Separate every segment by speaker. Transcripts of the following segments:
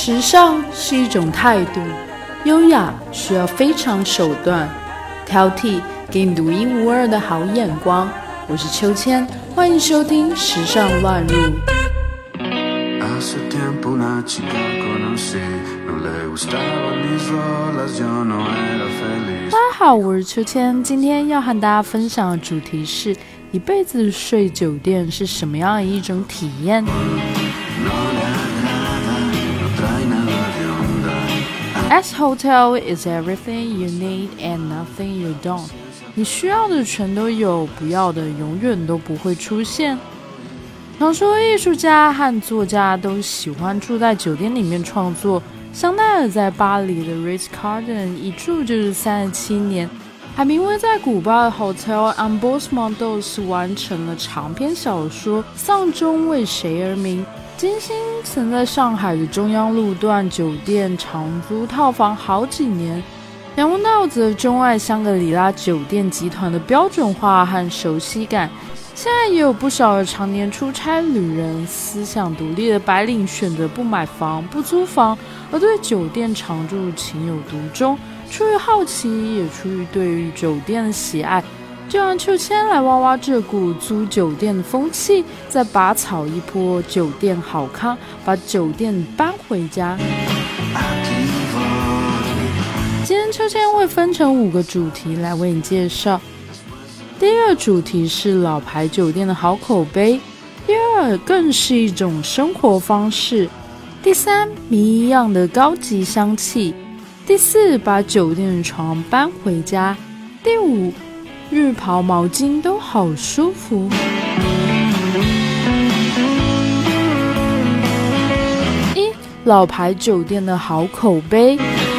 Speaker 1: 时尚是一种态度，优雅需要非常手段，挑剔给你独一无二的好眼光。我是秋千，欢迎收听时尚乱入。大家好，我是秋千，今天要和大家分享的主题是一辈子睡酒店是什么样的一种体验。As hotel is everything you need and nothing you don't. 你需要的全都有，不要的永远都不会出现。常说艺术家和作家都喜欢住在酒店里面创作，香奈儿在巴黎的 Ritz-Carlton 一住就是37年，海明威在古巴的 Hotel Ambos-Mondos 完成了长篇小说《丧钟为谁而鸣》。金星曾在上海的中央路段酒店长租套房好几年，梁文道则钟爱香格里拉酒店集团的标准化和熟悉感。现在也有不少的常年出差旅人、思想独立的白领选择不买房、不租房，而对酒店常住情有独钟。出于好奇，也出于对于酒店的喜爱，就让秋千来挖挖这股租酒店的风气，再拔草一波酒店好康，把酒店搬回家。今天秋千会分成5个主题来为你介绍。第一个主题是老牌酒店的好口碑，第二更是一种生活方式，第三谜一样的高级香气，第四把酒店的床搬回家，第五浴袍毛巾都好舒服。老牌酒店的好口碑。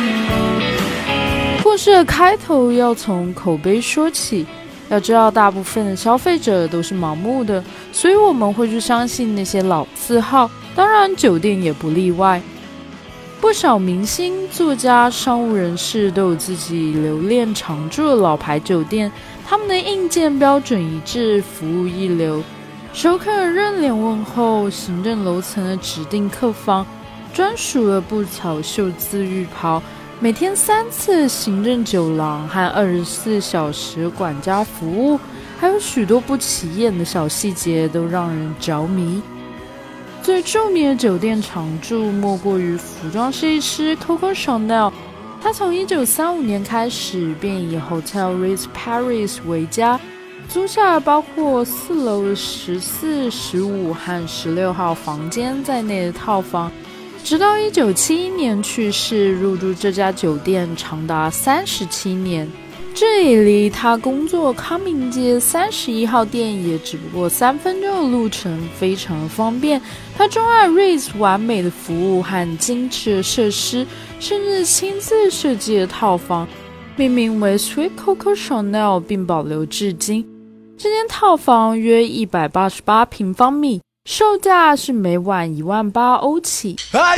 Speaker 1: 故事的开头要从口碑说起。要知道大部分的消费者都是盲目的，所以我们会去相信那些老字号，当然酒店也不例外。不少明星、作家、商务人士都有自己留恋常住的老牌酒店，他们的硬件标准一致，服务一流，熟客人认脸问候，行政楼层的指定客房，专属的布草绣字浴袍，每天3次行政酒廊和24小时管家服务，还有许多不起眼的小细节都让人着迷。最著名的酒店常驻莫过于服装设计师 Coco Chanel， 他从1935年开始便以 Hotel Ritz Paris 为家，租下了包括4楼的14、15和16号房间在内的套房，直到1971年去世，入住这家酒店长达37年。这里离他工作康明街31号店也只不过3分钟的路程，非常的方便。他钟爱 Ritz 完美的服务和精致的设施，甚至亲自设计的套房命名为 Sweet Coco Chanel 并保留至今。这间套房约188平方米，售价是每晚18000欧起。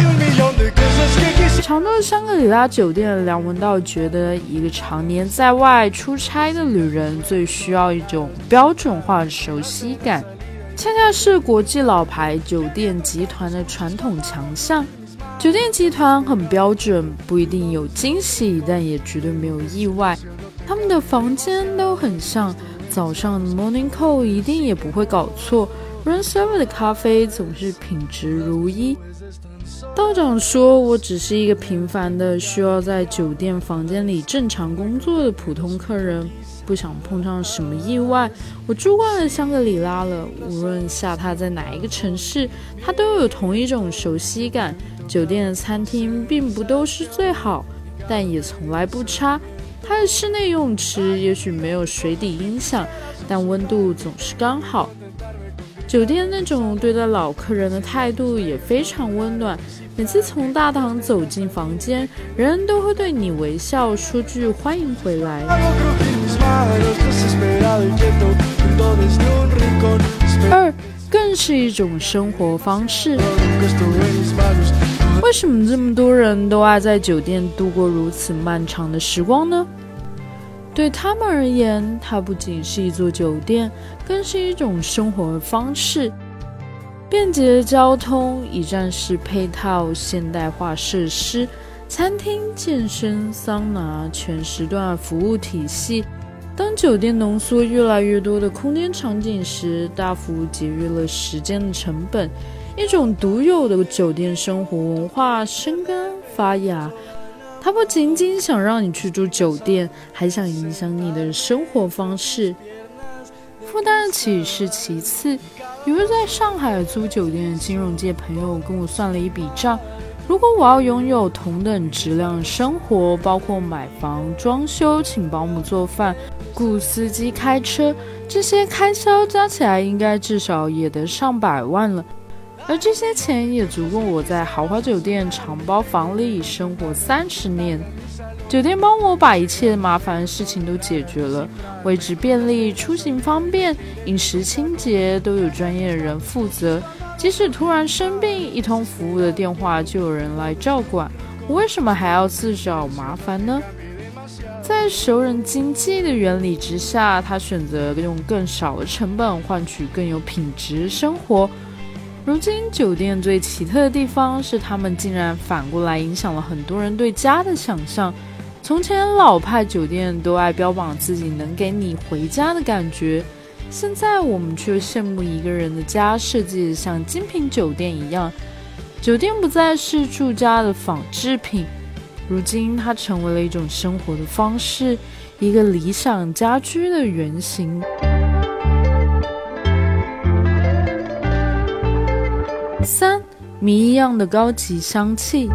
Speaker 1: 常住香格里拉酒店的梁文道觉得，一个常年在外出差的旅人最需要一种标准化的熟悉感，恰恰是国际老牌酒店集团的传统强项。酒店集团很标准，不一定有惊喜，但也绝对没有意外。他们的房间都很像，早上的 Morning Call 一定也不会搞错，Room Service 的咖啡总是品质如一。道长说，我只是一个平凡的需要在酒店房间里正常工作的普通客人，不想碰上什么意外。我住惯了香格里拉了，无论下榻在哪一个城市，它都有同一种熟悉感。酒店的餐厅并不都是最好，但也从来不差。它的室内游泳池也许没有水底音响，但温度总是刚好。酒店那种对待老客人的态度也非常温暖，每次从大堂走进房间，人人都会对你微笑，说句欢迎回来。2更是一种生活方式。为什么这么多人都爱在酒店度过如此漫长的时光呢？对他们而言，它不仅是一座酒店，更是一种生活方式。 便捷交通、一站式配套、现代化设施、餐厅、健身、桑拿、全时段服务体系。当酒店浓缩越来越多的空间场景时，大幅节约了时间的成本。一种独有的酒店生活文化生根发芽。它不仅仅想让你去住酒店，还想影响你的生活方式。负担得起是其次。有位在上海租酒店的金融界朋友跟我算了一笔账，如果我要拥有同等质量的生活，包括买房、装修、请保姆做饭、雇司机开车，这些开销加起来应该至少也得上百万了。而这些钱也足够我在豪华酒店长包房里生活30年。酒店帮我把一切麻烦的事情都解决了，位置便利，出行方便，饮食清洁都有专业的人负责。即使突然生病，一通服务的电话就有人来照管，我为什么还要自找麻烦呢？在熟人经济的原理之下，他选择用更少的成本换取更有品质的生活。如今酒店最奇特的地方是，他们竟然反过来影响了很多人对家的想象。从前老派酒店都爱标榜自己能给你回家的感觉，现在我们却羡慕一个人的家设计得像精品酒店一样。酒店不再是住家的仿制品，如今它成为了一种生活的方式，一个理想家居的原型。3. 谜一样的高级香气。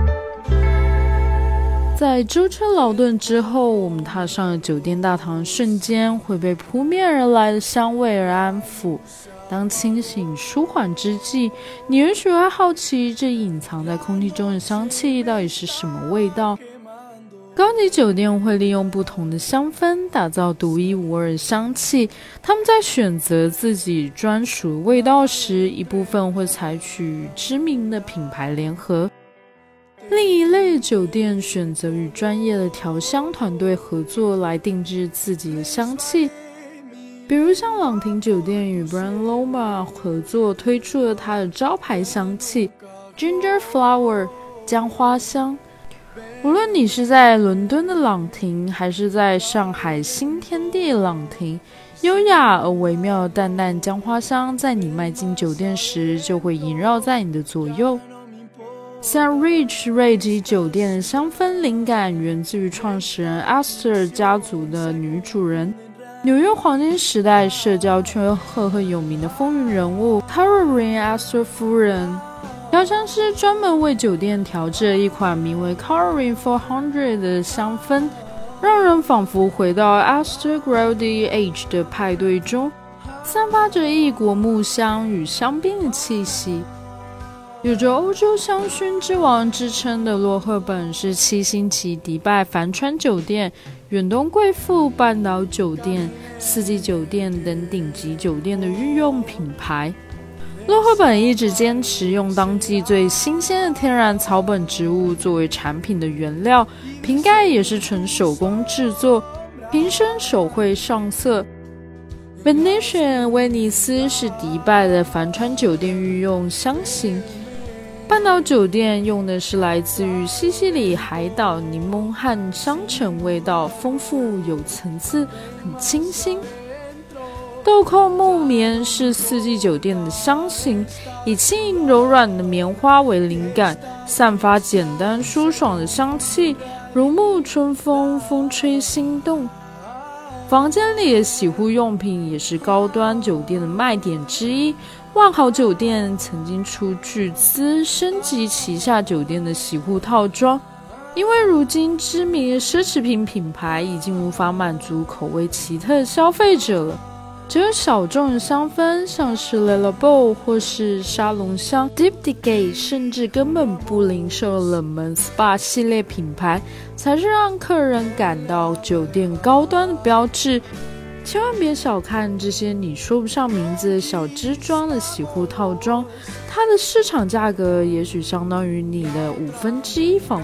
Speaker 1: 在舟车劳顿之后，我们踏上了酒店大堂，瞬间会被扑面而来的香味而安抚。当清醒舒缓之际，你也许会好奇，这隐藏在空气中的香气到底是什么味道。高级酒店会利用不同的香氛打造独一无二的香气，他们在选择自己专属的味道时，一部分会采取与知名的品牌联合，另一类酒店选择与专业的调香团队合作来定制自己的香气。比如像朗廷酒店与 Brand Loma 合作推出了它的招牌香气 Ginger Flower 姜花香。无论你是在伦敦的朗廷，还是在上海新天地朗廷，优雅而微妙的淡淡姜花香在你迈进酒店时就会萦绕在你的左右。像 Rich 瑞吉酒店的香氛灵感源自于创始人 Astor 家族的女主人，纽约黄金时代社交圈赫赫有名的风云人物 Caroline Astor 夫人。调香师专门为酒店调制了一款名为 Caroline 400的香氛，让人仿佛回到 Astor Grady Age 的派对中，散发着异国木香与香槟的气息。有着欧洲香薰之王之称的洛赫本是7星级迪拜帆船酒店、远东贵妇半岛酒店、四季酒店等顶级酒店的御用品牌。洛赫本一直坚持用当季最新鲜的天然草本植物作为产品的原料，瓶盖也是纯手工制作，瓶身手绘上色。Venetian 威尼斯是迪拜的帆船酒店御用香型，半岛酒店用的是来自于西西里海岛柠檬和香橙，味道丰富有层次，很清新。豆蔻木棉是四季酒店的香型，以轻盈柔软的棉花为灵感，散发简单舒爽的香气，如沐春风，风吹心动。房间里的洗护用品也是高端酒店的卖点之一，万豪酒店曾经出巨资升级旗下酒店的洗护套装，因为如今知名的奢侈品品牌已经无法满足口味奇特的消费者了。只有小众的香氛，像是 Le Labo 或是沙龙香 Diptyque， 甚至根本不零售冷门 SPA 系列品牌，才是让客人感到酒店高端的标志。千万别小看这些你说不上名字的小支装的洗护套装，它的市场价格也许相当于你的1/5房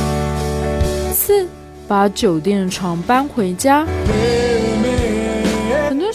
Speaker 1: 费。4. 把酒店的床搬回家。很多时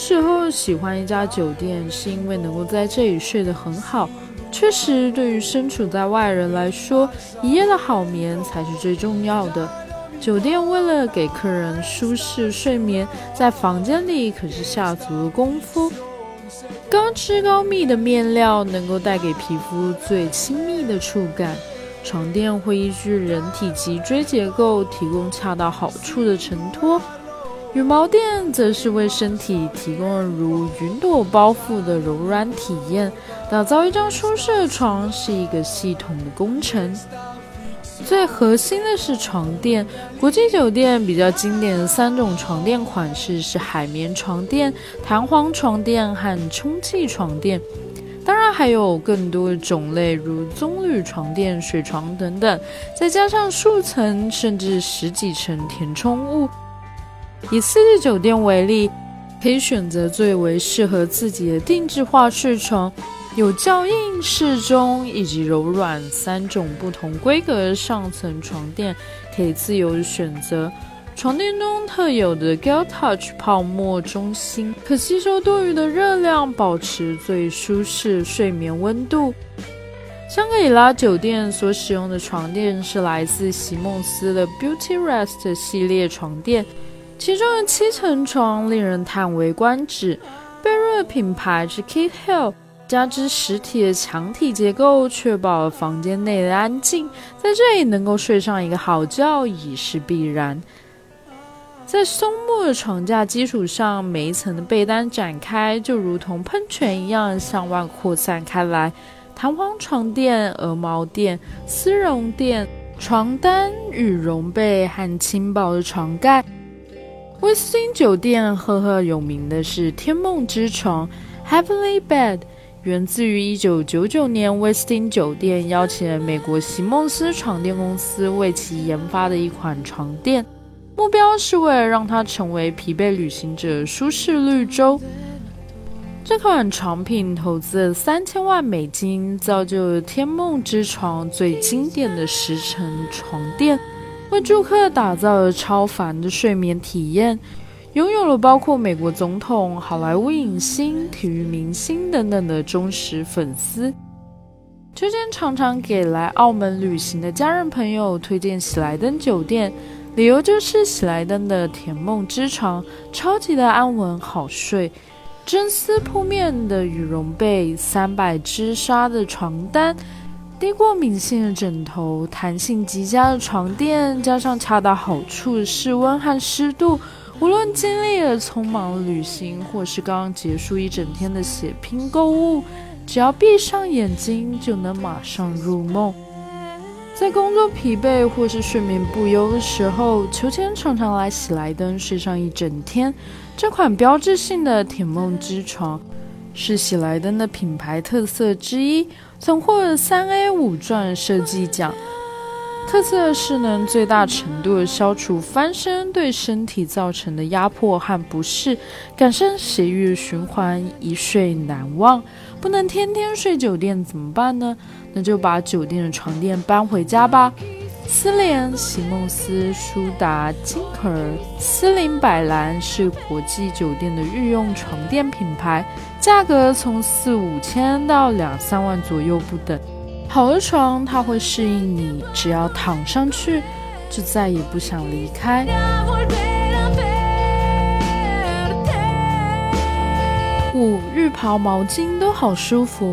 Speaker 1: 时候喜欢一家酒店，是因为能够在这里睡得很好。确实，对于身处在外人来说，一夜的好眠才是最重要的。酒店为了给客人舒适睡眠，在房间里可是下足了功夫。高支高密的面料能够带给皮肤最亲密的触感。床垫会依据人体脊椎结构提供恰到好处的承托，羽毛垫则是为身体提供了如云朵包覆的柔软体验。打造一张舒适的床是一个系统的工程。最核心的是床垫，国际酒店比较经典的3种床垫款式是海绵床垫、弹簧床垫和充气床垫。当然还有更多的种类，如棕榈床垫、水床等等，再加上数层甚至10几层填充物。以四季酒店为例，可以选择最为适合自己的定制化睡床，有较硬、适中以及柔软3种不同规格的上层床垫，可以自由选择。床垫中特有的 Gel Touch 泡沫中心可吸收多余的热量，保持最舒适睡眠温度。香格里拉酒店所使用的床垫是来自席梦思的 Beauty Rest 系列床垫，其中的7层床令人叹为观止。被褥的品牌是 Kate Hill， 加之实体的墙体结构，确保了房间内的安静，在这里能够睡上一个好觉已是必然。在松木的床架基础上，每一层的被单展开，就如同喷泉一样向外扩散开来。弹簧床垫、鹅毛垫、丝绒垫、床单、羽绒被和轻薄的床盖。威斯汀酒店赫赫有名的是天梦之床 Heavenly Bed， 源自于1999年威斯汀酒店邀请了美国席梦思床垫公司为其研发的一款床垫，目标是为了让它成为疲惫旅行者舒适绿洲。这款床品投资了3000万美金，造就了天梦之床最经典的10层床垫，为住客打造了超凡的睡眠体验，拥有了包括美国总统、好莱坞影星、体育明星等等的忠实粉丝。秋千常常给来澳门旅行的家人朋友推荐喜来登酒店，理由就是喜来登的甜梦之床超级的安稳好睡，真丝铺面的羽绒被，300支纱的床单，低过敏性的枕头，弹性极佳的床垫，加上恰到好处的室温和湿度，无论经历了匆忙的旅行，或是刚刚结束一整天的血拼购物，只要闭上眼睛就能马上入梦。在工作疲惫或是睡眠不优的时候，秋千常常来喜来登睡上一整天。这款标志性的甜梦之床是喜来登的品牌特色之一，曾获得3A 5钻设计奖。特色是能最大程度的消除翻身对身体造成的压迫和不适，改善血液循环，一睡难忘。不能天天睡酒店怎么办呢？那就把酒店的床垫搬回家吧。丝莲、席梦思、舒达、金可儿、丝林百兰是国际酒店的御用床垫品牌，价格从4、5千到2、3万左右不等。好的床它会适应你，只要躺上去就再也不想离开。5. 浴袍毛巾都好舒服。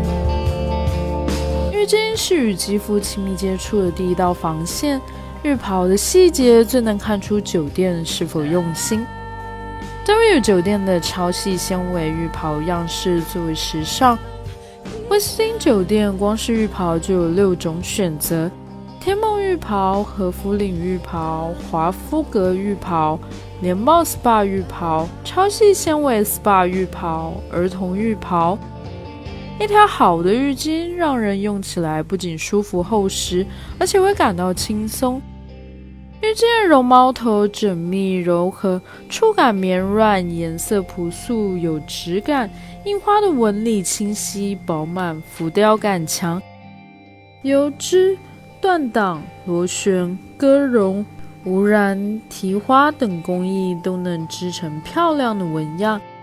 Speaker 1: 浴巾是与肌肤亲密接触的第一道防线，浴袍的细节最能看出酒店是否用心。W 酒店的超细纤维浴袍样式最为时尚。威斯汀酒店光是浴袍就有6种选择：天梦浴袍、和服领浴袍、华夫格浴袍、连帽 SPA 浴袍、超细纤维 SPA 浴袍、儿童浴袍。一条好的浴巾让人用起来不仅舒服厚实，而且会感到轻松。浴巾的绒毛头缜密柔和，触感绵软，颜色朴素有质感，印花的纹理清晰饱满，浮雕感强。油织、缎档、螺旋、鸽绒、无染、提花等工艺都能织成漂亮的纹样。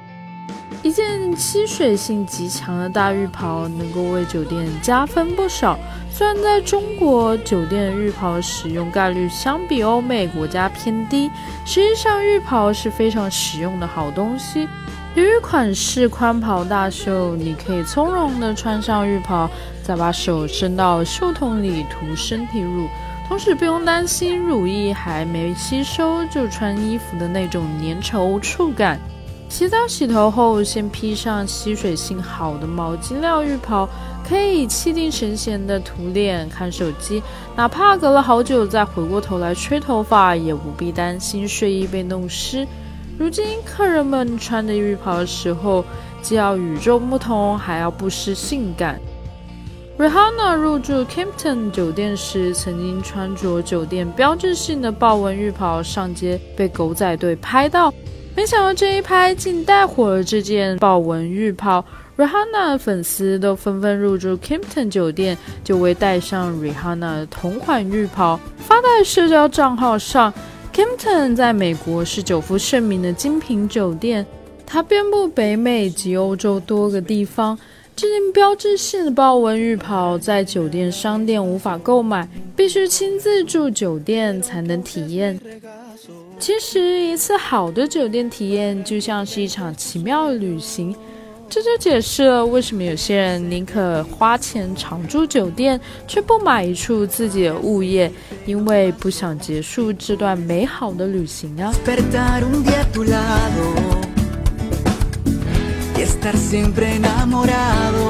Speaker 1: 一件吸水性极强的大浴袍能够为酒店加分不少。虽然在中国，酒店浴袍使用概率相比欧美国家偏低，实际上浴袍是非常实用的好东西。由于款式宽袍大袖，你可以从容地穿上浴袍，再把手伸到袖筒里涂身体乳，同时不用担心乳液还没吸收就穿衣服的那种粘稠触感。洗澡洗头后，先披上吸水性好的毛巾料浴袍，可以气定神闲地涂脸、看手机，哪怕隔了好久再回过头来吹头发，也不必担心睡衣被弄湿。如今客人们穿着浴袍的时候，既要与众不同，还要不失性感。Rihanna 入住 Kimpton 酒店时，曾经穿着酒店标志性的豹纹浴袍上街，被狗仔队拍到。没想到这一拍竟带火了这件豹纹浴袍， Rihanna 的粉丝都纷纷入住 Kimpton 酒店，就为戴上 Rihanna 的同款浴袍发在社交账号上。 Kimpton 在美国是久负盛名的精品酒店，它遍布北美及欧洲多个地方。这件标志性的豹纹浴袍在酒店商店无法购买，必须亲自住酒店才能体验。其实一次好的酒店体验就像是一场奇妙的旅行，这就解释了为什么有些人宁可花钱常住酒店，却不买一处自己的物业，因为不想结束这段美好的旅行啊。Estar siempre enamorado.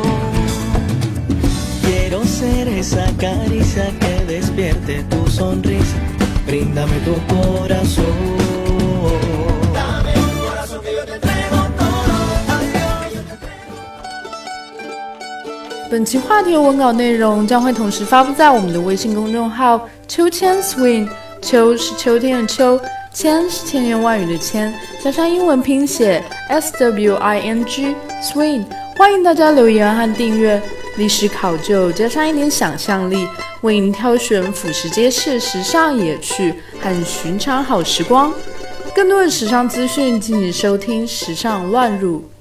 Speaker 1: Quiero ser esa caricia que despierte tu sonrisa. Bríndame tu corazón. Dame un corazón que yo te entrego todo. 本期话题文稿内容将会同时发布在我们的微信公众号秋千 swing， 秋是秋天的秋，千是千言万语的千，加上英文拼写 SWING swing。 欢迎大家留言和订阅，历史考究加上一点想象力，为您挑选俯拾皆是时尚野趣和寻常好时光。更多的时尚资讯，敬请收听时尚乱入。